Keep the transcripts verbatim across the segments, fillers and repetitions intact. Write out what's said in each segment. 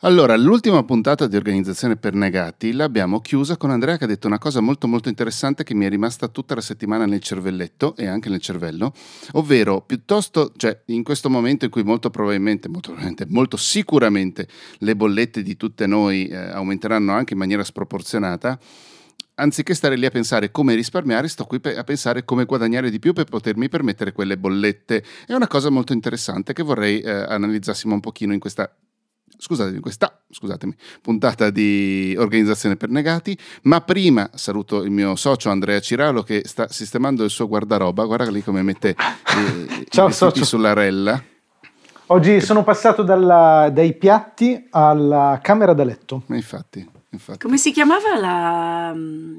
Allora, l'ultima puntata di Organizzazione per Negati l'abbiamo chiusa con Andrea che ha detto una cosa molto molto interessante che mi è rimasta tutta la settimana nel cervelletto e anche nel cervello, ovvero piuttosto, cioè in questo momento in cui molto probabilmente, molto, probabilmente, molto sicuramente le bollette di tutte noi eh, aumenteranno anche in maniera sproporzionata, anziché stare lì a pensare come risparmiare, sto qui pe- a pensare come guadagnare di più per potermi permettere quelle bollette. È una cosa molto interessante che vorrei eh, analizzassimo un pochino in questa Scusatemi, questa scusatemi, puntata di Organizzazione per Negati, ma prima saluto il mio socio Andrea Ciralo che sta sistemando il suo guardaroba, guarda lì come mette eh, Ciao, i vestiti socio. sulla rella. Oggi sono passato dalla, dai piatti alla camera da letto. Ma infatti, infatti. Come si chiamava la,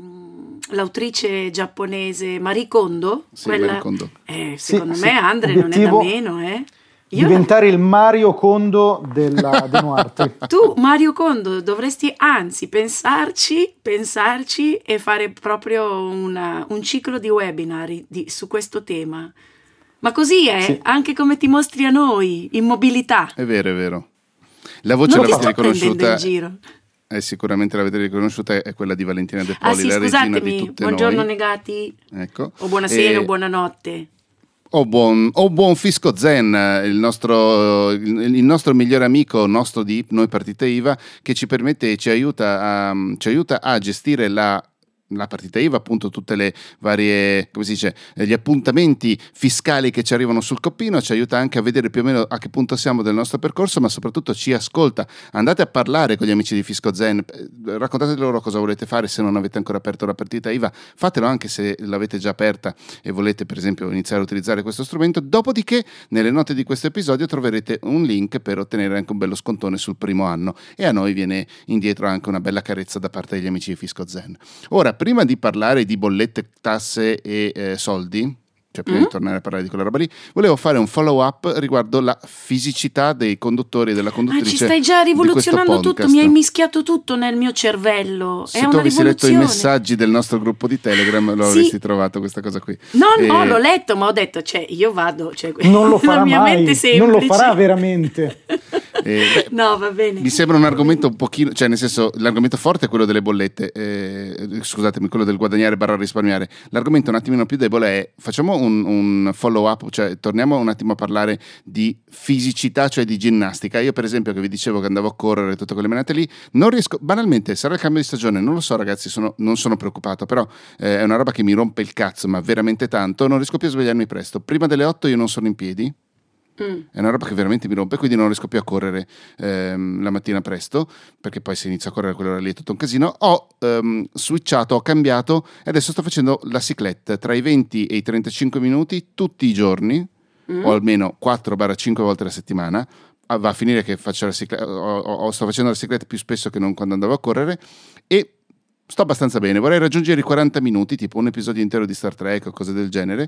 l'autrice giapponese Marie Kondo? Sì, Quella... Marie Kondo. Eh, secondo Sì, me sì. Andre Obiettivo... non è da meno, eh? Io diventare il Mario Kondo della Denuarte. Tu, Mario Kondo, dovresti anzi pensarci, pensarci e fare proprio una, un ciclo di webinar di, su questo tema. Ma così è, sì. Anche come ti mostri a noi, in mobilità. È vero, è vero. La voce non l'avete ti sto prendendo riconosciuta. In giro. Eh, sicuramente l'avete riconosciuta, è quella di Valentina De Poli, ah, sì, la regina di tutte buongiorno noi. Negati. Ecco. O buonasera e... o buonanotte. O buon, o buon Fisco Zen, il nostro, il, il nostro migliore amico, nostro di Noi Partita I V A, che ci permette e ci aiuta a, ci aiuta a gestire la, la partita I V A, appunto tutte le varie, come si dice, gli appuntamenti fiscali che ci arrivano sul coppino, ci aiuta anche a vedere più o meno a che punto siamo del nostro percorso, ma soprattutto ci ascolta. Andate a parlare con gli amici di Fisco Zen, raccontate loro cosa volete fare se non avete ancora aperto la partita I V A, fatelo anche se l'avete già aperta e volete per esempio iniziare a utilizzare questo strumento. Dopodiché nelle note di questo episodio troverete un link per ottenere anche un bello scontone sul primo anno e a noi viene indietro anche una bella carezza da parte degli amici di Fisco Zen. Ora, prima di parlare di bollette, tasse e eh, soldi, cioè prima mm. di tornare a parlare di quella roba lì, volevo fare un follow up riguardo la fisicità dei conduttori e della conduttrice. Ah, ci stai già rivoluzionando tutto, mi hai mischiato tutto nel mio cervello. Se è tu una avessi letto i messaggi del nostro gruppo di Telegram lo sì. avresti trovato questa cosa qui. No, e... no, l'ho letto, ma ho detto, cioè io vado, cioè, non lo farà la mia mai, mente semplice. non lo farà veramente. Eh, beh, no, va bene. Mi sembra un argomento un pochino, cioè nel senso l'argomento forte è quello delle bollette, eh, scusatemi, quello del guadagnare barra risparmiare. L'argomento un attimino più debole è, facciamo un, un follow up, cioè torniamo un attimo a parlare di fisicità, cioè di ginnastica. Io per esempio che vi dicevo che andavo a correre e tutte quelle menate lì, non riesco, banalmente sarà il cambio di stagione, non lo so ragazzi, sono, non sono preoccupato, però eh, è una roba che mi rompe il cazzo, ma veramente tanto, non riesco più a svegliarmi presto. Prima delle otto io non sono in piedi. Mm. È una roba che veramente mi rompe, quindi non riesco più a correre ehm, la mattina presto, perché poi se inizio a correre quell'ora lì è tutto un casino. Ho ehm, switchato, ho cambiato e adesso sto facendo la cyclette tra i venti e i trentacinque minuti tutti i giorni, mm. o almeno quattro cinque volte alla settimana. Ah, va a finire che faccio la cyclette, o, o, sto facendo la cyclette più spesso che non quando andavo a correre e sto abbastanza bene, vorrei raggiungere i quaranta minuti, tipo un episodio intero di Star Trek o cose del genere,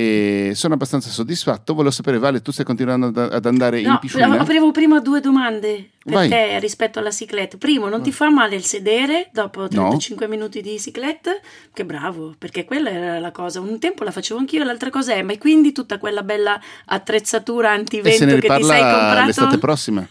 e sono abbastanza soddisfatto. Volevo sapere, Vale, tu stai continuando ad, ad andare no, in piscina? Aprivo prima due domande per Vai. te rispetto alla ciclette. Primo, non ti fa male il sedere dopo trentacinque no. minuti di ciclette? Che bravo, perché quella era la cosa. Un tempo la facevo anch'io, l'altra cosa è, ma quindi tutta quella bella attrezzatura antivento che ti sei comprato? L'estate prossima.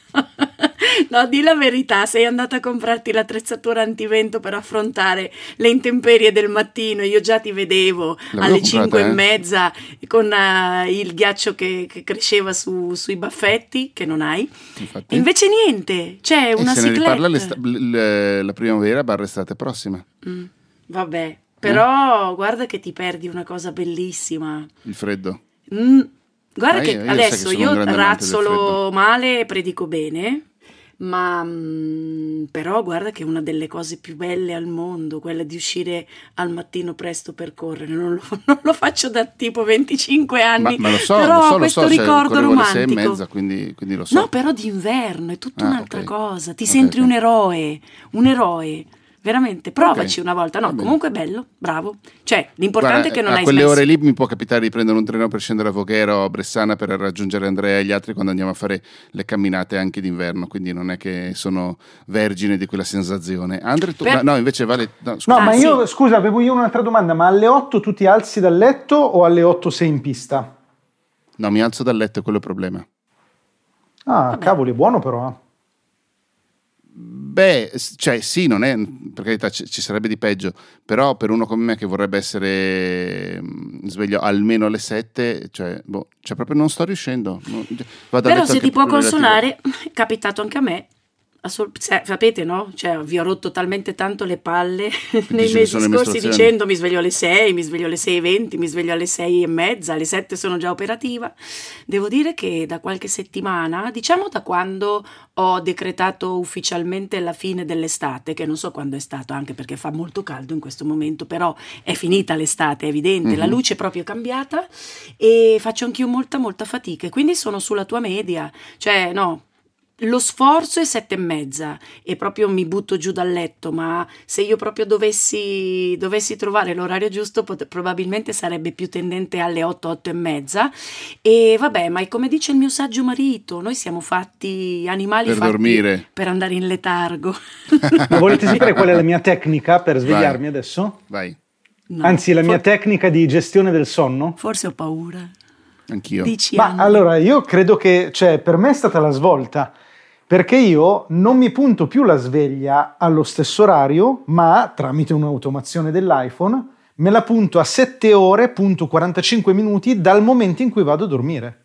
No, di la verità, sei andata a comprarti l'attrezzatura antivento per affrontare le intemperie del mattino. Io già ti vedevo L'avevo alle comprata, cinque eh? e mezza con uh, il ghiaccio che, che cresceva su, sui baffetti, che non hai. Infatti. Invece niente, c'è e una se ciclette. ne riparla l- la primavera barra estate prossima. Mm, vabbè, però eh? guarda che ti perdi una cosa bellissima. Il freddo. Mm, guarda ah, che io, io adesso che io razzolo male e predico bene. Ma mh, però guarda che è una delle cose più belle al mondo, quella di uscire al mattino presto per correre. Non lo, non lo faccio da tipo venticinque anni, ma, ma lo so, però lo so, ho questo lo so, ricordo cioè, romantico. alle sei e mezza, quindi, quindi lo so. No, però d'inverno è tutta ah, un'altra okay. cosa. Ti okay, senti okay. un eroe, un eroe. Veramente, provaci okay. una volta. No, comunque è bello, bravo. Cioè, l'importante Guarda, è che non a hai quelle smesso. ore lì mi può capitare di prendere un treno per scendere a Voghera o a Bressana per raggiungere Andrea e gli altri quando andiamo a fare le camminate anche d'inverno, quindi non è che sono vergine di quella sensazione. Andre, tu, per... no, invece Vale... No, no ah, ma sì. io, scusa, avevo io un'altra domanda, ma alle otto tu ti alzi dal letto o alle otto sei in pista? No, mi alzo dal letto, è quello il problema. Ah, Vabbè. cavoli, è buono però. Beh, s- cioè sì, non è, per carità ci, ci sarebbe di peggio, però per uno come me che vorrebbe essere mm, sveglio almeno alle sette, cioè, boh, cioè proprio non sto riuscendo. Non- vado a Però letto se anche ti può proprio relativo- consolare, è capitato anche a me. Assol- se- sapete, no? Cioè, vi ho rotto talmente tanto le palle nei ci mesi sono le scorsi mestruazioni. dicendo mi sveglio alle sei, mi sveglio alle sei e venti, mi sveglio alle sei e mezza, alle sette sono già operativa. Devo dire che da qualche settimana, diciamo da quando ho decretato ufficialmente la fine dell'estate, che non so quando è stato, anche perché fa molto caldo in questo momento, però è finita l'estate, è evidente, la Mhm. luce è proprio cambiata e faccio anch'io molta molta fatica e quindi sono sulla tua media, cioè no. Lo sforzo è sette e mezza e proprio mi butto giù dal letto, ma se io proprio dovessi, dovessi trovare l'orario giusto, pot- probabilmente sarebbe più tendente alle otto, otto e mezza. E vabbè, ma è come dice il mio saggio marito, noi siamo fatti animali Per fatti dormire. per andare in letargo. Ma volete sapere qual è la mia tecnica per svegliarmi adesso? Vai, No, Anzi, la mia for- tecnica di gestione del sonno? forse ho paura. anch'io. Dici Ma Anna. allora, io credo che, cioè, per me è stata la svolta, perché io non mi punto più la sveglia allo stesso orario, ma tramite un'automazione dell'iPhone me la punto a sette ore, punto quarantacinque minuti dal momento in cui vado a dormire.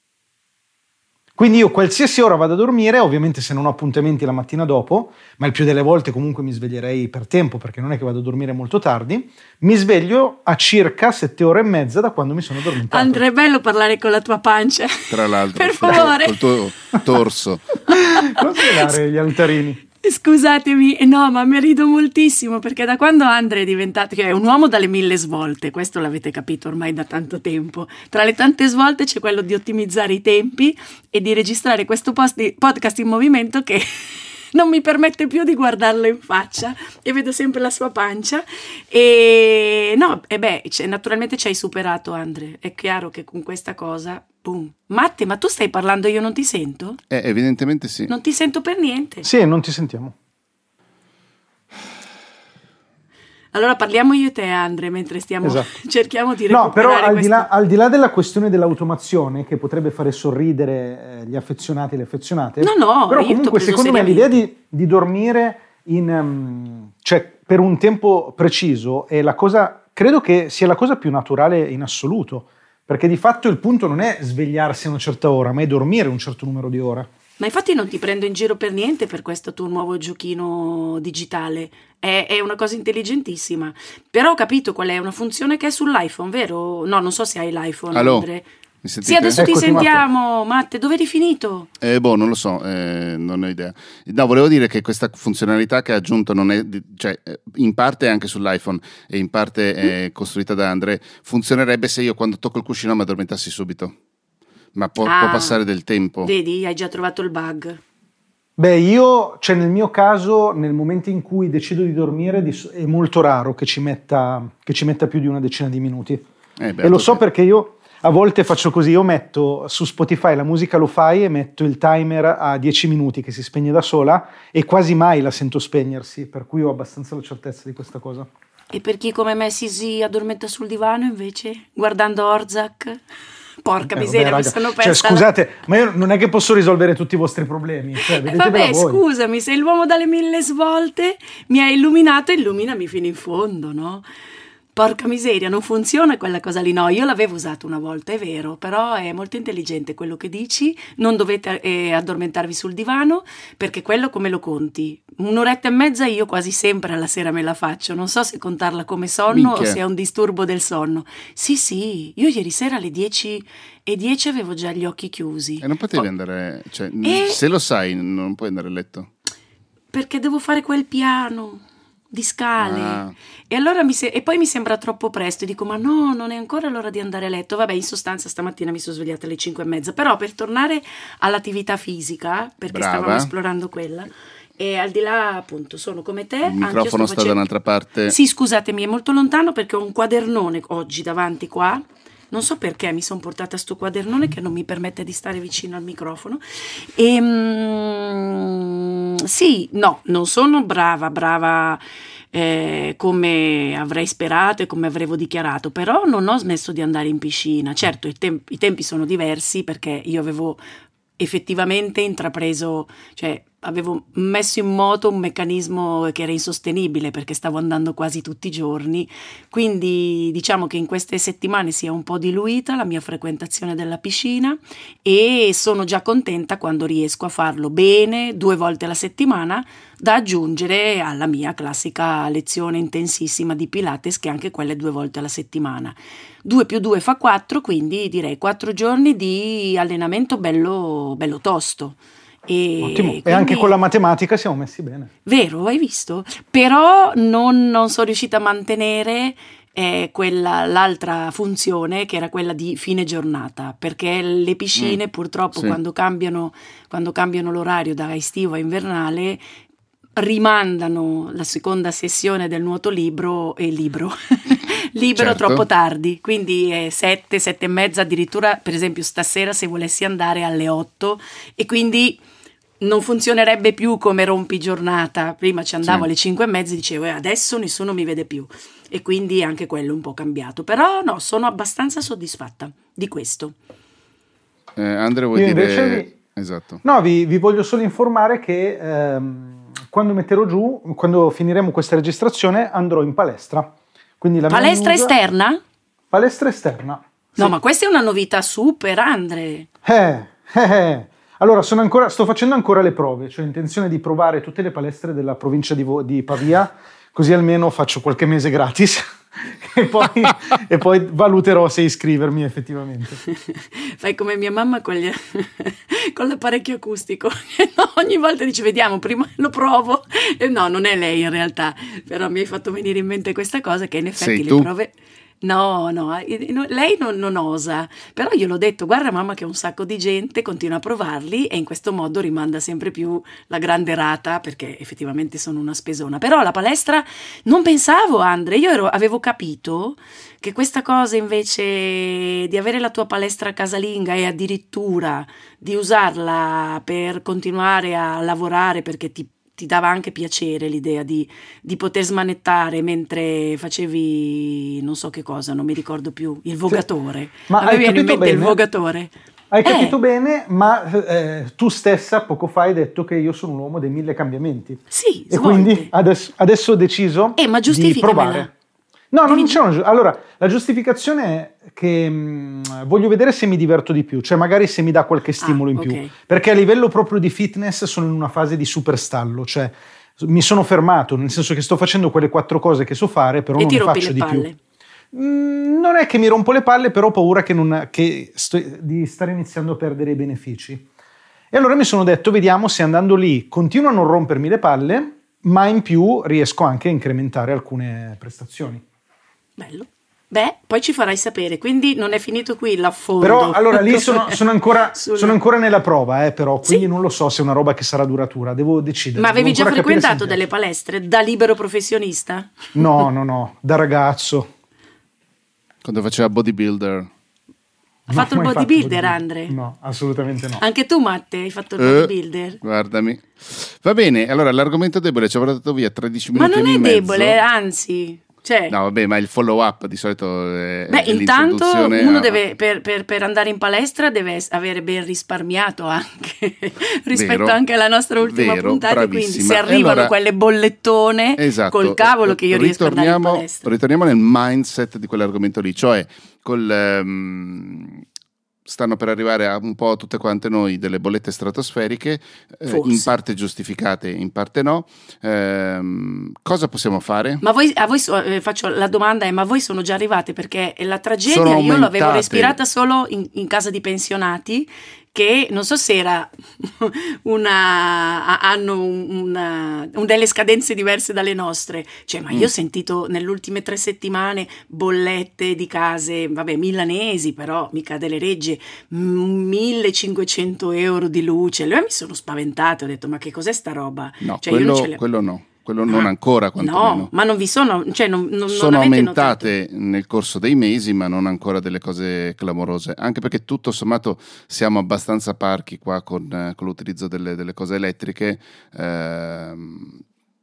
Quindi io qualsiasi ora vado a dormire, ovviamente se non ho appuntamenti la mattina dopo, ma il più delle volte comunque mi sveglierei per tempo perché non è che vado a dormire molto tardi, mi sveglio a circa sette ore e mezza da quando mi sono addormentato. Andrea, è bello parlare con la tua pancia. Tra l'altro, Per col tuo- favore. col tuo torso. Non svelare gli altarini. Scusatemi, eh, no, ma mi rido moltissimo perché da quando Andre è diventato, che è un uomo dalle mille svolte, questo l'avete capito ormai da tanto tempo, tra le tante svolte c'è quello di ottimizzare i tempi e di registrare questo post- podcast in movimento che non mi permette più di guardarlo in faccia e vedo sempre la sua pancia e no, e beh, cioè, naturalmente ci hai superato Andre, è chiaro che con questa cosa, boom. Matte, ma tu stai parlando e io non ti sento? Eh, evidentemente sì. Non ti sento per niente. Sì, non ti sentiamo. Allora parliamo io e te, Andre, mentre stiamo Esatto. cerchiamo di No, però recuperare al di, questo. là, al di là della questione dell'automazione che potrebbe fare sorridere eh, gli affezionati e le affezionate, No, no, però io t'ho comunque preso secondo me seriamente. l'idea di, di dormire in, ehm, cioè, per un tempo preciso è la cosa, credo che sia la cosa più naturale in assoluto, perché di fatto il punto non è svegliarsi a una certa ora, ma è dormire un certo numero di ore. Ma infatti non ti prendo in giro per niente per questo tuo nuovo giochino digitale. È, è una cosa intelligentissima. Però ho capito qual è, una funzione che è sull'iPhone, vero? No, non so se hai l'iPhone, Allo? Andre. Mi sentite? Sì, adesso ti Eccoti, sentiamo, Matte. Dove eri finito? Eh, boh, non lo so, eh, non ho idea. No, volevo dire che questa funzionalità che ha aggiunto non è, di- cioè, eh, in parte è anche sull'iPhone e in parte è costruita da Andre. Funzionerebbe se io quando tocco il cuscino mi addormentassi subito. Ma può, Ah, può passare del tempo. Vedi, hai già trovato il bug. Beh, io, cioè nel mio caso, nel momento in cui decido di dormire, di- è molto raro che ci metta, che ci metta più di una decina di minuti. Eh, beh, E lo so perché- perché io a volte faccio così, io metto su Spotify la musica lo fai e metto il timer a dieci minuti che si spegne da sola e quasi mai la sento spegnersi, per cui ho abbastanza la certezza di questa cosa. E per chi come me si, si addormenta sul divano invece, guardando Orzak? Porca Eh, miseria, vabbè, mi raga, sono cioè, persa. la- scusate, ma io non è che posso risolvere tutti i vostri problemi, cioè, Eh, vedetevela vabbè, voi. scusami, sei l'uomo dalle mille svolte, mi hai illuminato, illuminami fino in fondo, no? Porca miseria, non funziona quella cosa lì. No, io l'avevo usato una volta, è vero, però è molto intelligente quello che dici. Non dovete eh, addormentarvi sul divano, perché quello come lo conti? Un'oretta e mezza io quasi sempre alla sera me la faccio. Non so se contarla come sonno Minchia. o se è un disturbo del sonno. Sì, sì, io ieri sera alle dieci e dieci avevo già gli occhi chiusi. E non potevi Oh, andare, cioè, Eh. se lo sai, non puoi andare a letto. perché devo fare quel piano di scale. Ah. E allora mi se- e poi mi sembra troppo presto e dico ma no, non è ancora l'ora di andare a letto. Vabbè, in sostanza stamattina mi sono svegliata alle cinque e mezza, però per tornare all'attività fisica, perché Brava. stavamo esplorando quella, e al di là appunto sono come te, Il anch'io microfono sto sta da facendo- un'altra parte. Sì, scusatemi, è molto lontano perché ho un quadernone oggi davanti qua. Non so perché mi sono portata sto quadernone che non mi permette di stare vicino al microfono. E, mm, sì, no, non sono brava, brava eh, come avrei sperato e come avevo dichiarato, però non ho smesso di andare in piscina. Certo, i, tem- i tempi sono diversi perché io avevo effettivamente intrapreso, cioè avevo messo in moto un meccanismo che era insostenibile perché stavo andando quasi tutti i giorni, quindi diciamo che in queste settimane si è un po' diluita la mia frequentazione della piscina e sono già contenta quando riesco a farlo bene due volte alla settimana, da aggiungere alla mia classica lezione intensissima di Pilates, che anche quella è due volte alla settimana. Due più due fa quattro, quindi direi quattro giorni di allenamento bello, bello tosto. E Ottimo, quindi, e anche con la matematica siamo messi bene. Vero, hai visto? Però non, non sono riuscita a mantenere eh, quella, l'altra funzione che era quella di fine giornata, perché le piscine Mm, purtroppo sì. quando cambiano, quando cambiano l'orario da estivo a invernale rimandano la seconda sessione del nuoto libero e libero libero Certo. troppo tardi, quindi è sette, sette e mezza, addirittura per esempio stasera se volessi andare alle otto, e quindi non funzionerebbe più come rompigiornata. Prima ci andavo Sì. alle cinque e mezza e dicevo "Eh, adesso nessuno mi vede più", e quindi anche quello è un po' cambiato, però no, sono abbastanza soddisfatta di questo. Eh, Andre, vuoi Io dire... invece vi- Esatto. No, vi, vi voglio solo informare che ehm, quando metterò giù, quando finiremo questa registrazione, andrò in palestra. Quindi la mia Palestra news- esterna? Palestra esterna. No, Sì. ma questa è una novità super, Andre. Eh, eh, eh. Allora, sono ancora, sto facendo ancora le prove, cioè ho intenzione di provare tutte le palestre della provincia di, Vo- di Pavia, così almeno faccio qualche mese gratis e, poi, e poi valuterò se iscrivermi effettivamente. Fai come mia mamma con, gli- con l'apparecchio acustico. No, ogni volta dice vediamo, prima lo provo. E no, non è lei in realtà, però mi hai fatto venire in mente questa cosa che in effetti Sei le tu? prove... No, no, eh, no, lei non, non osa, però io l'ho detto, guarda mamma che un sacco di gente continua a provarli e in questo modo rimanda sempre più la grande rata, perché effettivamente sono una spesona. Però la palestra non pensavo, Andre, io ero- avevo capito che questa cosa invece di avere la tua palestra casalinga e addirittura di usarla per continuare a lavorare perché ti ti dava anche piacere l'idea di, di poter smanettare mentre facevi non so che cosa, non mi ricordo più, il vogatore. Ma A me hai viene in capito mente il bene? vogatore. Hai Eh, capito bene, ma eh, tu stessa poco fa hai detto che io sono un uomo dei mille cambiamenti. Sì, E svolte. quindi adesso, adesso ho deciso Eh, ma di giustificamela. provare. No, non Devi- c'è una giu- Allora, la giustificazione è che mh, voglio vedere se mi diverto di più, cioè magari se mi dà qualche stimolo in più. ok. Perché a livello proprio di fitness sono in una fase di super stallo, cioè mi sono fermato, nel senso che sto facendo quelle quattro cose che so fare, però E non ti ne rompi faccio le di palle. più. Mm, non è che mi rompo le palle, però ho paura che, non, che sto, di stare iniziando a perdere i benefici. E allora mi sono detto, vediamo se andando lì continuo a non rompermi le palle, ma in più riesco anche a incrementare alcune prestazioni. Bello. Beh, poi ci farai sapere, quindi non è finito qui l'affondo. Però allora lì sono, sono ancora, Sul- sono ancora nella prova, eh, però, quindi Sì. non lo so se è una roba che sarà duratura, devo decidere. Ma avevi devo già ancora capire se frequentato mi delle palestre da libero professionista? piace. No, no, no, da ragazzo. Quando faceva bodybuilder. Ha fatto il mai bodybuilder, Andre? No, assolutamente no. Anche tu, Matte, hai fatto il Eh, bodybuilder? Guardami. Va bene, allora l'argomento debole ci avrà dato via tredici Ma minuti non e è mezzo. debole, anzi, cioè, No, vabbè, ma il follow up di solito è, beh, è intanto l'introduzione uno a- deve, per, per- per andare in palestra deve es- avere ben risparmiato anche rispetto Vero, anche alla nostra ultima vero, puntata, quindi bravissima. se E arrivano allora- quelle bollettone Esatto. col cavolo che io riesco ad andare in Ritorniamo- palestra. Ritorniamo nel mindset di quell'argomento lì, cioè col, ehm, stanno per arrivare a un po' tutte quante noi delle bollette stratosferiche, eh, Forse. in parte giustificate, in parte no. Ehm, cosa possiamo fare? Ma voi, a voi so- eh, faccio la domanda è: ma voi sono già arrivate? Perché la tragedia Sono io l'avevo aumentate. respirata solo in, in casa di pensionati, che non so se era una ha- hanno un- una, un delle scadenze diverse dalle nostre, cioè, ma io Mm. ho sentito nelle ultime tre settimane bollette di case, vabbè, milanesi, però mica delle regge, mm, millecinquecento euro di luce. Allora mi sono spaventata, ho detto ma che cos'è sta roba? No, Cioè, io non quello, ce le- quello no, quello non Ah, ancora quantomeno. no, ma non vi sono, cioè non, non, non Sono avete aumentate nel corso dei mesi, ma non ancora delle cose clamorose, anche perché tutto sommato siamo abbastanza parchi qua con, eh, con l'utilizzo delle, delle cose elettriche. Ehm,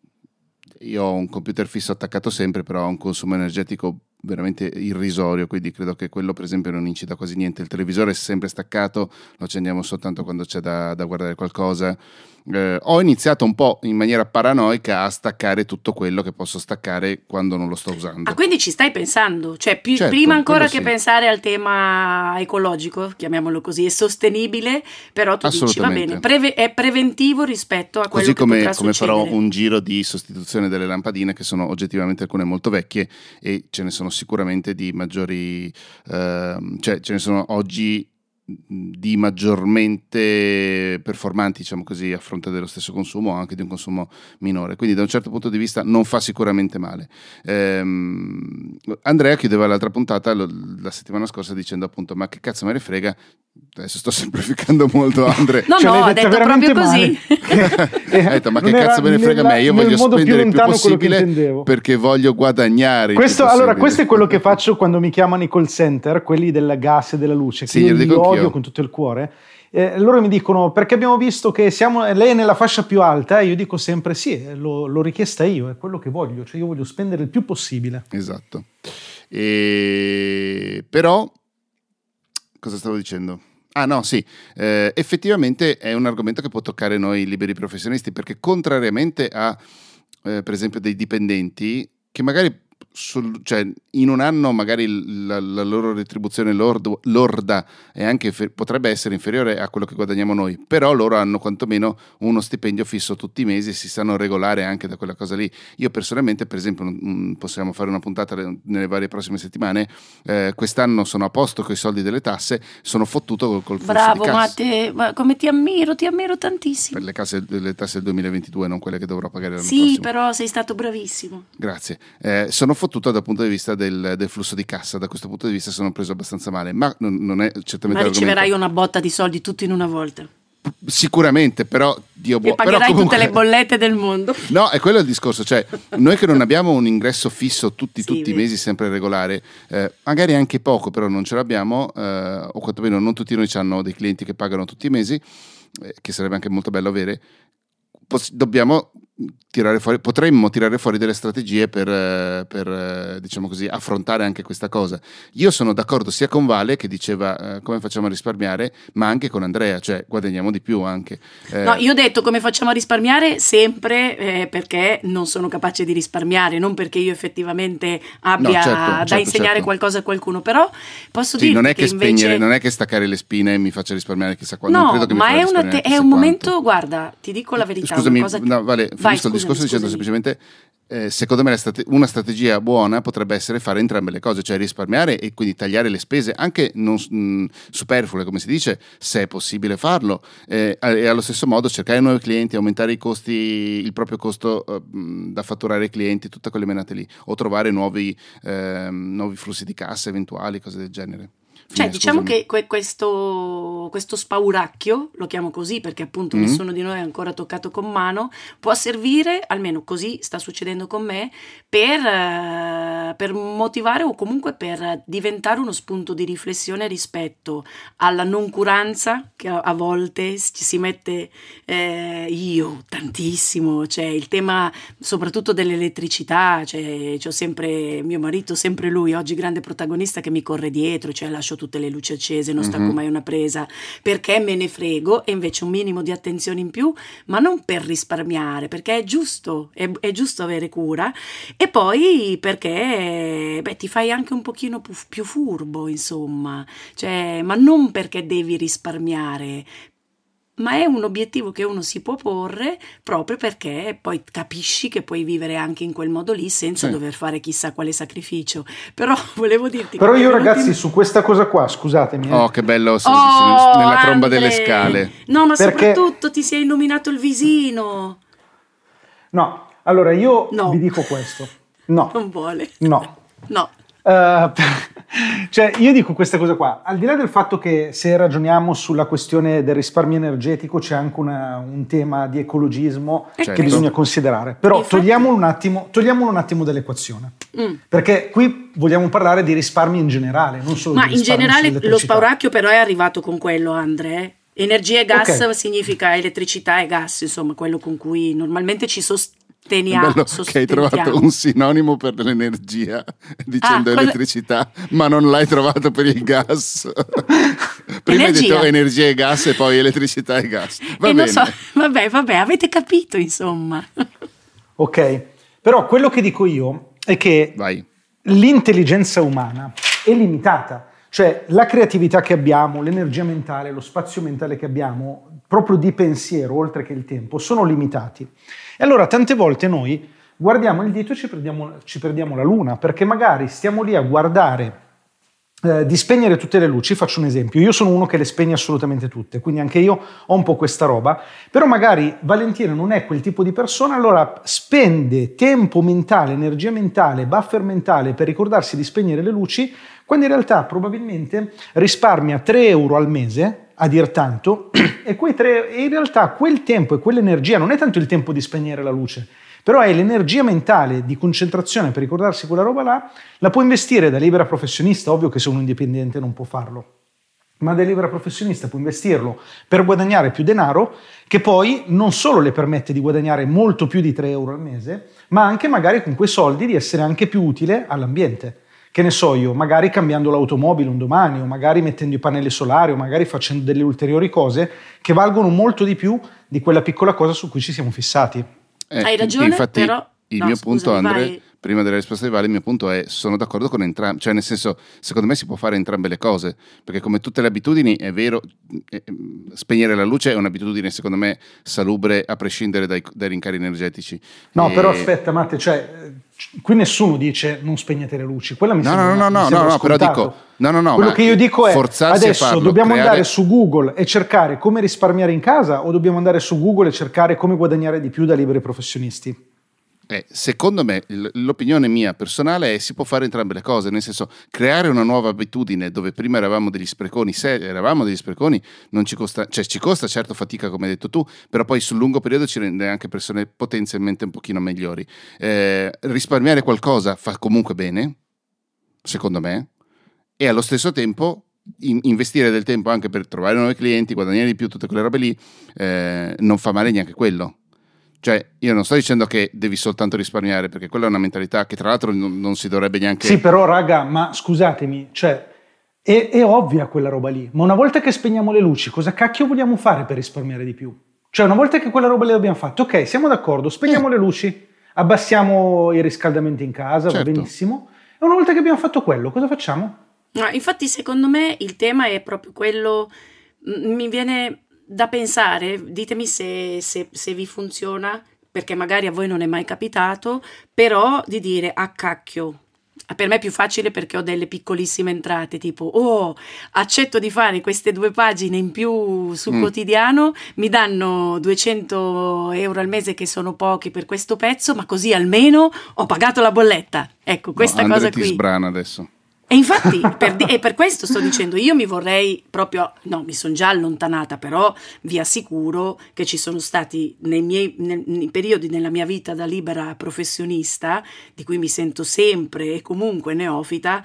io ho un computer fisso attaccato sempre, però ha un consumo energetico veramente irrisorio, quindi credo che quello per esempio non incida quasi niente. Il televisore è sempre staccato, lo accendiamo soltanto quando c'è da, da guardare qualcosa. eh, ho iniziato un po' in maniera paranoica a staccare tutto quello che posso staccare quando non lo sto usando. Ah, quindi ci stai pensando? Cioè, più, Certo, prima ancora che quello sì. pensare al tema ecologico, chiamiamolo così, è sostenibile, però tu dici, va bene, preve- è preventivo rispetto a quello Così che come, potrà come succedere. farò un giro di sostituzione delle lampadine, che sono oggettivamente alcune molto vecchie, e ce ne sono sicuramente di maggiori, ehm, cioè ce ne sono oggi di maggiormente performanti, diciamo così, a fronte dello stesso consumo o anche di un consumo minore, quindi da un certo punto di vista non fa sicuramente male. ehm, Andrea chiudeva l'altra puntata lo, la settimana scorsa dicendo appunto ma che cazzo me ne frega, adesso sto semplificando molto Andrea. No, Cioè, no, l'hai ha detta detto proprio veramente così. Ha detto, ma che Non era cazzo me ne frega nella- me, io nel voglio modo più spendere il più lontano quello che possibile intendevo. perché voglio guadagnare il Questo, più allora, possibile. questo è quello che faccio quando mi chiamano i call center, quelli del gas e della luce, che Sì, io glielo li dico odio anch'io. con tutto il cuore. Eh, loro mi dicono perché abbiamo visto che siamo, lei è nella fascia più alta, e io dico sempre sì, eh, l'ho, l'ho richiesta io, è quello che voglio, cioè io voglio spendere il più possibile. Esatto. E... però cosa stavo dicendo? Ah no, sì, eh, effettivamente è un argomento che può toccare noi liberi professionisti, perché contrariamente a eh, per esempio dei dipendenti che magari sul, cioè, in un anno magari la, la loro retribuzione lordo, lorda è anche, potrebbe essere inferiore a quello che guadagniamo noi, però loro hanno quantomeno uno stipendio fisso tutti i mesi e si sanno regolare anche da quella cosa lì. Io personalmente, per esempio, mh, possiamo fare una puntata nelle varie prossime settimane, eh, quest'anno sono a posto con i soldi delle tasse, sono fottuto col, col flusso Bravo, di ma, cassa. te, ma come ti ammiro, ti ammiro tantissimo. Per le, casse, le tasse del duemilaventidue, non quelle che dovrò pagare l'anno sì, prossimo. però sei stato bravissimo. Grazie. Eh, sono fottuto dal punto di vista del, del flusso di cassa, da questo punto di vista sono preso abbastanza male, ma non, non è certamente Ma riceverai l'argomento. una botta di soldi tutto in una volta. Sicuramente, però Dio buono. E pagherai però comunque, tutte le bollette del mondo. No, è quello il discorso, cioè noi che non abbiamo un ingresso fisso tutti, Sì, tutti i vedi. mesi sempre regolare, eh, magari anche poco, però non ce l'abbiamo, eh, o quantomeno non tutti noi hanno dei clienti che pagano tutti i mesi, eh, che sarebbe anche molto bello avere. Pos- dobbiamo tirare fuori, potremmo tirare fuori delle strategie per, eh, per eh, diciamo così, affrontare anche questa cosa. Io sono d'accordo sia con Vale, che diceva eh, come facciamo a risparmiare, ma anche con Andrea, cioè guadagniamo di più anche. Eh, No, io ho detto come facciamo a risparmiare sempre eh, perché non sono capace di risparmiare, non perché io effettivamente abbia No, certo, da certo, insegnare certo. qualcosa a qualcuno, però posso sì, dirti non è che, che spegnere, invece... non è che staccare le spine mi faccia risparmiare chissà quanto. No, non credo che mi ma farà è, una risparmiare te- è chissà un quanto. momento, guarda, ti dico la verità. Scusami, una cosa che... no, Vale, Vai, finisco il discorso dicendo scusami. semplicemente eh, secondo me la strate- una strategia buona potrebbe essere fare entrambe le cose, cioè risparmiare e quindi tagliare le spese anche non mh, superflue, come si dice, se è possibile farlo, eh, e allo stesso modo cercare nuovi clienti, aumentare i costi, il proprio costo eh, mh, da fatturare ai clienti, tutte quelle menate lì, o trovare nuovi, eh, nuovi flussi di cassa eventuali, cose del genere. Cioè, Fine, diciamo scusami. che que- questo, questo spauracchio, lo chiamo così perché appunto Mm. nessuno di noi ha ancora toccato con mano, può servire, almeno così sta succedendo con me, per, eh, per motivare o comunque per diventare uno spunto di riflessione rispetto alla noncuranza che a, a volte ci si mette eh, io tantissimo, cioè il tema soprattutto dell'elettricità, cioè c'ho sempre mio marito, sempre lui, oggi grande protagonista che mi corre dietro, cioè lascio tutte le luci accese, non stacco Mhm. mai una presa perché me ne frego, e invece un minimo di attenzione in più, ma non per risparmiare, perché è giusto, è, è giusto avere cura, e poi perché beh, ti fai anche un pochino più, più furbo, insomma, cioè, ma non perché devi risparmiare, ma è un obiettivo che uno si può porre proprio perché poi capisci che puoi vivere anche in quel modo lì senza Sì. dover fare chissà quale sacrificio. Però volevo dirti Però che io mi è venuto ragazzi in- su questa cosa qua, scusatemi, eh, Oh, che bello se- Oh, nella tromba Andre! delle scale. No, ma Perché- soprattutto ti si è illuminato il visino. no, allora io No. vi dico questo, no, Non vuole. no. No. Uh, cioè io dico questa cosa qua, al di là del fatto che se ragioniamo sulla questione del risparmio energetico c'è anche una- un tema di ecologismo Certo. che bisogna considerare, però Infatti- togliamolo un attimo, togliamolo un attimo dall'equazione, Mm. perché qui vogliamo parlare di risparmio in generale, non solo Ma di in risparmio generale lo sull'elettricità. spauracchio però è arrivato con quello, Andre. eh. Energia e gas Ok. significa elettricità e gas, insomma, quello con cui normalmente ci È sosteniamo. bello che hai trovato un sinonimo per l'energia dicendo Ah, cosa- elettricità, ma non l'hai trovato per il gas. Prima hai Energia. detto energia e gas e poi elettricità e gas. Va e bene. non so, vabbè, vabbè, avete capito, insomma. Ok, però quello che dico io è che Vai. l'intelligenza umana è limitata, cioè la creatività che abbiamo, l'energia mentale, lo spazio mentale che abbiamo, proprio di pensiero, oltre che il tempo, sono limitati. E allora tante volte noi guardiamo il dito e ci perdiamo, ci perdiamo la luna, perché magari stiamo lì a guardare eh, di spegnere tutte le luci. Faccio un esempio: io sono uno che le spegne assolutamente tutte, quindi anche io ho un po' questa roba, però magari Valentina non è quel tipo di persona, allora spende tempo mentale, energia mentale, buffer mentale per ricordarsi di spegnere le luci, quando in realtà probabilmente risparmia tre euro al mese, a dir tanto, e, quei tre, e in realtà quel tempo e quell'energia non è tanto il tempo di spegnere la luce, però è l'energia mentale di concentrazione per ricordarsi quella roba là, la può investire da libera professionista. Ovvio che se uno indipendente non può farlo, ma da libera professionista può investirlo per guadagnare più denaro, che poi non solo le permette di guadagnare molto più di tre euro al mese, ma anche magari con quei soldi di essere anche più utile all'ambiente. Che ne so io, magari cambiando l'automobile un domani, o magari mettendo i pannelli solari, o magari facendo delle ulteriori cose che valgono molto di più di quella piccola cosa su cui ci siamo fissati. Eh, Hai ragione, infatti, però... il no, mio scusami, punto, Andre, vai. prima della risposta di Vale, il mio punto è: sono d'accordo con entrambi, cioè nel senso, secondo me si può fare entrambe le cose, perché come tutte le abitudini, è vero, eh, spegnere la luce è un'abitudine secondo me salubre a prescindere dai, dai rincari energetici. No, E- però aspetta, Matte, cioè, qui nessuno dice non spegnete le luci. Quella mi No, sembra, no, no, mi no, sembra no, no, però scontato. dico, no, no, no, Quello ma che io dico è: forzarsi a adesso farlo, dobbiamo creare- andare su Google e cercare come risparmiare in casa, o dobbiamo andare su Google e cercare come guadagnare di più da liberi professionisti? Eh, secondo me, l- l'opinione mia personale è: si può fare entrambe le cose, nel senso, creare una nuova abitudine dove prima eravamo degli spreconi, se eravamo degli spreconi non ci costa, cioè ci costa certo fatica come hai detto tu, però poi sul lungo periodo ci rende anche persone potenzialmente un pochino migliori. Eh, risparmiare qualcosa fa comunque bene, secondo me, e allo stesso tempo in- investire del tempo anche per trovare nuovi clienti, guadagnare di più, tutte quelle robe lì, eh, non fa male neanche quello. Cioè, io non sto dicendo che devi soltanto risparmiare, perché quella è una mentalità che tra l'altro non, non si dovrebbe neanche... Sì, però raga, ma scusatemi, cioè è, è ovvia quella roba lì, ma una volta che spegniamo le luci, cosa cacchio vogliamo fare per risparmiare di più? Cioè, una volta che quella roba lì l'abbiamo fatta, ok, siamo d'accordo, spegniamo Eh. le luci, abbassiamo il riscaldamento in casa, va Certo. benissimo, e una volta che abbiamo fatto quello, cosa facciamo? No, infatti, secondo me il tema è proprio quello. m- Mi viene da pensare, ditemi se, se- se vi funziona, perché magari a voi non è mai capitato, però di dire a cacchio. Per me è più facile perché ho delle piccolissime entrate, tipo, oh, accetto di fare queste due pagine in più sul Mm. quotidiano, mi danno duecento euro al mese che sono pochi per questo pezzo, ma così almeno ho pagato la bolletta. Ecco, No, questa Andre cosa ti qui. sbrana adesso. E infatti, per, di- e per questo sto dicendo, io mi vorrei proprio, no, mi sono già allontanata, però vi assicuro che ci sono stati nei miei nel- nei periodi nella mia vita da libera professionista, di cui mi sento sempre e comunque neofita,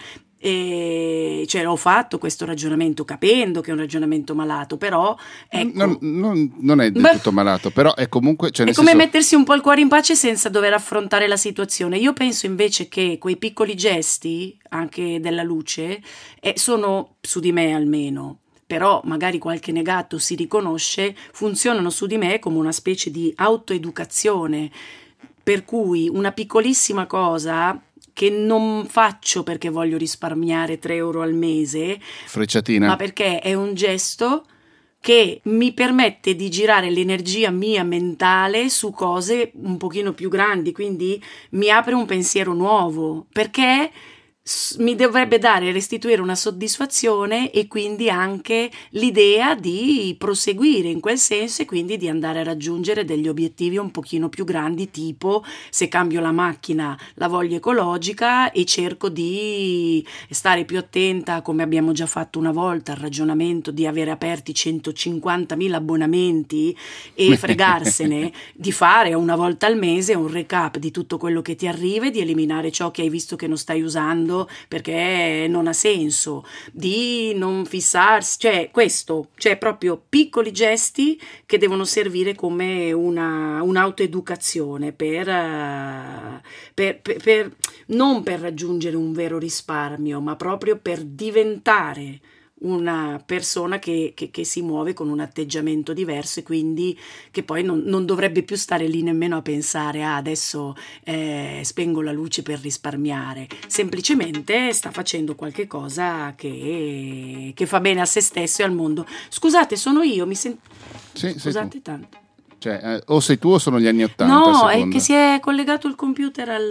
e cioè ho fatto questo ragionamento capendo che è un ragionamento malato, però ecco, Non, non- non è del Beh, tutto malato, però è comunque... Cioè è nel come senso, mettersi un po' il cuore in pace senza dover affrontare la situazione. Io penso invece che quei piccoli gesti, anche della luce, eh, sono, su di me almeno, però magari qualche negato si riconosce, funzionano su di me come una specie di autoeducazione, per cui una piccolissima cosa che non faccio perché voglio risparmiare tre euro al mese, frecciatina. ma perché è un gesto che mi permette di girare l'energia mia mentale su cose un pochino più grandi, quindi mi apre un pensiero nuovo, perché s- mi dovrebbe dare, restituire una soddisfazione e quindi anche l'idea di proseguire in quel senso e quindi di andare a raggiungere degli obiettivi un pochino più grandi, tipo se cambio la macchina la voglio ecologica e cerco di stare più attenta, come abbiamo già fatto una volta, al ragionamento di avere aperti centocinquantamila abbonamenti e fregarsene, di fare una volta al mese un recap di tutto quello che ti arriva e di eliminare ciò che hai visto che non stai usando perché non ha senso, di non fissarsi, cioè questo, cioè proprio piccoli gesti che devono servire come una, un'autoeducazione per, eh, per, per, per non per raggiungere un vero risparmio, ma proprio per diventare una persona che, che, che si muove con un atteggiamento diverso e quindi che poi non, non dovrebbe più stare lì nemmeno a pensare ah, adesso eh, spengo la luce per risparmiare, semplicemente sta facendo qualche cosa che, che fa bene a se stesso e al mondo. Scusate, sono io, mi sento... Sì, Scusate tanto. Cioè, eh, o sei tu o sono gli anni ottanta? No, è che si è collegato il computer al,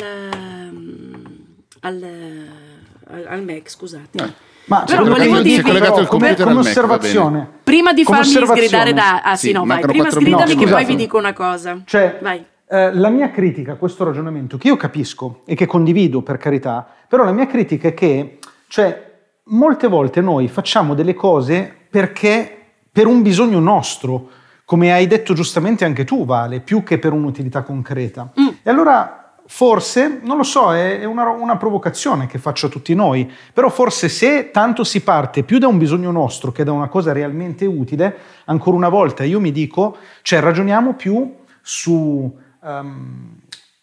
al, al, al Mac, scusate. No. Ma però volevo dirvi, si è collegato il computer come al Mac, osservazione, prima di come farmi osservazione. sgridare da... Ah sì, Sì, no, vai, prima quattro sgridami minuti. che No, poi vi scusate. dico una cosa. Cioè, vai. eh, la mia critica a questo ragionamento, che io capisco e che condivido per carità, però la mia critica è che, cioè, molte volte noi facciamo delle cose perché per un bisogno nostro, come hai detto giustamente anche tu, Vale, più che per un'utilità concreta. Mm. E allora... Forse, non lo so, è una, una provocazione che faccio a tutti noi, però forse se tanto si parte più da un bisogno nostro che da una cosa realmente utile, ancora una volta io mi dico, cioè ragioniamo più su, um,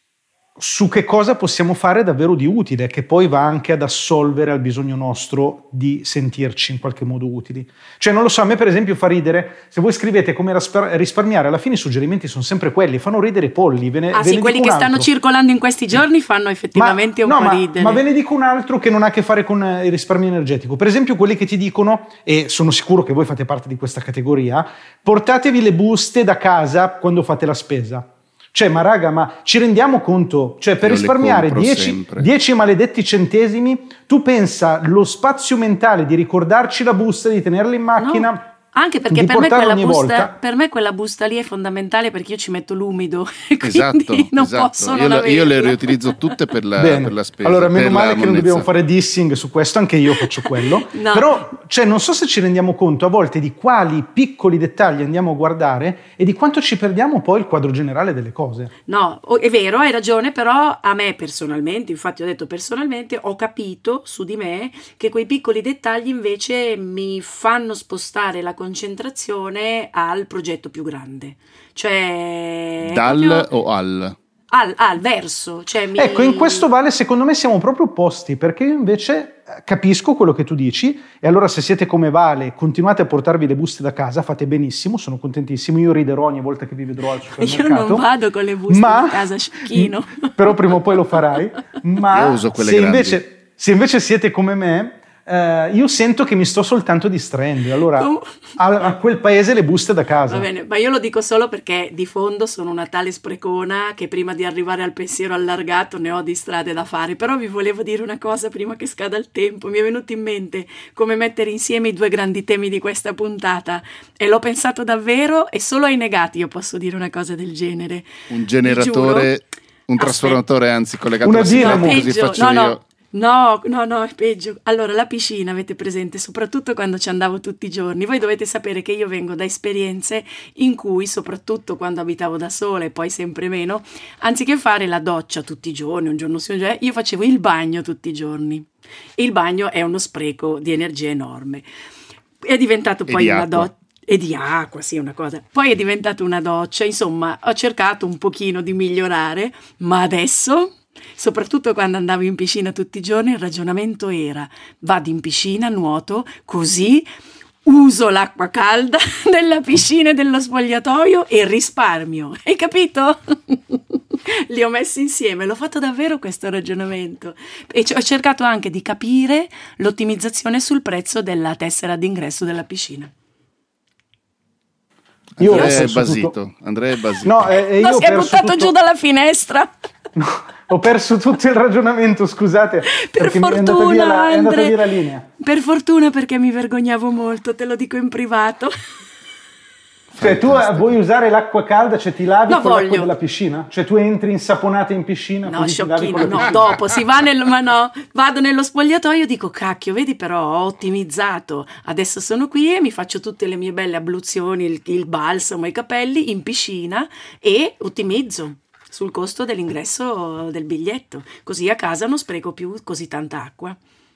su che cosa possiamo fare davvero di utile, che poi va anche ad assolvere al bisogno nostro di sentirci in qualche modo utili. Cioè non lo so, a me per esempio fa ridere, se voi scrivete come risparmiare, alla fine i suggerimenti sono sempre quelli, fanno ridere i polli. Ve ne, ah ve sì, ne quelli dico che un stanno altro. circolando in questi giorni fanno effettivamente ma, un no, po' ma, ridere. Ma ve ne dico un altro che non ha a che fare con il risparmio energetico. Per esempio quelli che ti dicono, e sono sicuro che voi fate parte di questa categoria, portatevi le buste da casa quando fate la spesa. Cioè, ma raga, ma ci rendiamo conto? Cioè, per Io risparmiare dieci maledetti centesimi, tu pensa lo spazio mentale di ricordarci la busta, di tenerla in macchina... No. Anche perché per me, quella busta, per me quella busta lì è fondamentale perché io ci metto l'umido e quindi esatto, non esatto. posso io, non le, io le riutilizzo riutilizzo tutte per la, per la spesa. Allora, meno male che monnezza. non dobbiamo fare dissing su questo, anche io faccio quello. No. Però, cioè, non so se ci rendiamo conto a volte di quali piccoli dettagli andiamo a guardare e di quanto ci perdiamo poi il quadro generale delle cose. No, è vero, hai ragione, però a me personalmente, infatti ho detto personalmente, ho capito su di me che quei piccoli dettagli invece mi fanno spostare la concentrazione al progetto più grande, cioè dal proprio... o al? Al, al verso, cioè mi... Ecco, in questo Vale secondo me siamo proprio opposti, perché io invece capisco quello che tu dici e allora se siete come Vale continuate a portarvi le buste da casa, fate benissimo, sono contentissimo, io riderò ogni volta che vi vedrò al supermercato. Io non vado con le buste ma... da casa, sciocchino. Però prima o poi lo farai, ma io uso quelle se, grandi. invece, se invece siete come me, Uh, io sento che mi sto soltanto distraendo, allora Com- a, a quel paese le buste da casa. Va bene, ma io lo dico solo perché di fondo sono una tale sprecona che prima di arrivare al pensiero allargato ne ho di strade da fare, però vi volevo dire una cosa prima che scada il tempo, mi è venuto in mente come mettere insieme i due grandi temi di questa puntata e l'ho pensato davvero e solo ai negati io posso dire una cosa del genere. Un generatore, un trasformatore Aspetta. anzi collegato una alla dinamo, così peggio, faccio no, no. io. No, no, no, è peggio. Allora, la piscina, avete presente, soprattutto quando ci andavo tutti i giorni. Voi dovete sapere che io vengo da esperienze in cui, soprattutto quando abitavo da sola e poi sempre meno, anziché fare la doccia tutti i giorni, un giorno sì, un giorno, io facevo il bagno tutti i giorni. Il bagno è uno spreco di energia enorme. È diventato poi una doccia. E di acqua, sì, una cosa. Poi è diventato una doccia, insomma, ho cercato un pochino di migliorare, ma adesso... Soprattutto quando andavo in piscina tutti i giorni il ragionamento era vado in piscina, nuoto, così uso l'acqua calda della piscina e dello spogliatoio e risparmio, hai capito? Li ho messi insieme, l'ho fatto davvero questo ragionamento e ho cercato anche di capire l'ottimizzazione sul prezzo della tessera d'ingresso della piscina. Io Andrea è basito, tutto... Andrea è basito. No, eh, io no, si è buttato tutto... giù dalla finestra. No, ho perso tutto il ragionamento, scusate, per perché fortuna, mi è andata via la, è andata Andre, via la linea. Per fortuna, perché mi vergognavo molto, te lo dico in privato. Cioè tu vuoi usare l'acqua calda, cioè ti lavi no, con voglio. l'acqua della piscina? Cioè tu entri insaponata in piscina? No, così ti lavi con la no, piscina? dopo si va nel, ma no, vado nello spogliatoio, dico cacchio, vedi però ho ottimizzato, adesso sono qui e mi faccio tutte le mie belle abluzioni, il, il balsamo, i capelli in piscina e ottimizzo sul costo dell'ingresso del biglietto, così a casa non spreco più così tanta acqua.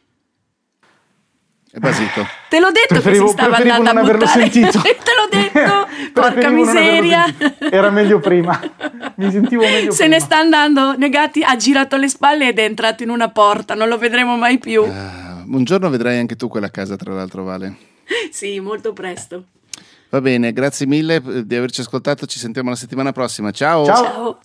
È basito. Te l'ho detto preferivo, che si stava andando a buttare. Sentito. Te l'ho detto, porca miseria. Era meglio prima. Mi sentivo meglio Se prima. ne sta andando, Negati ha girato le spalle ed è entrato in una porta, non lo vedremo mai più. Uh, un giorno vedrai anche tu quella casa, tra l'altro, Vale. Sì, molto presto. Va bene, grazie mille di averci ascoltato, ci sentiamo la settimana prossima. Ciao! Ciao. Ciao.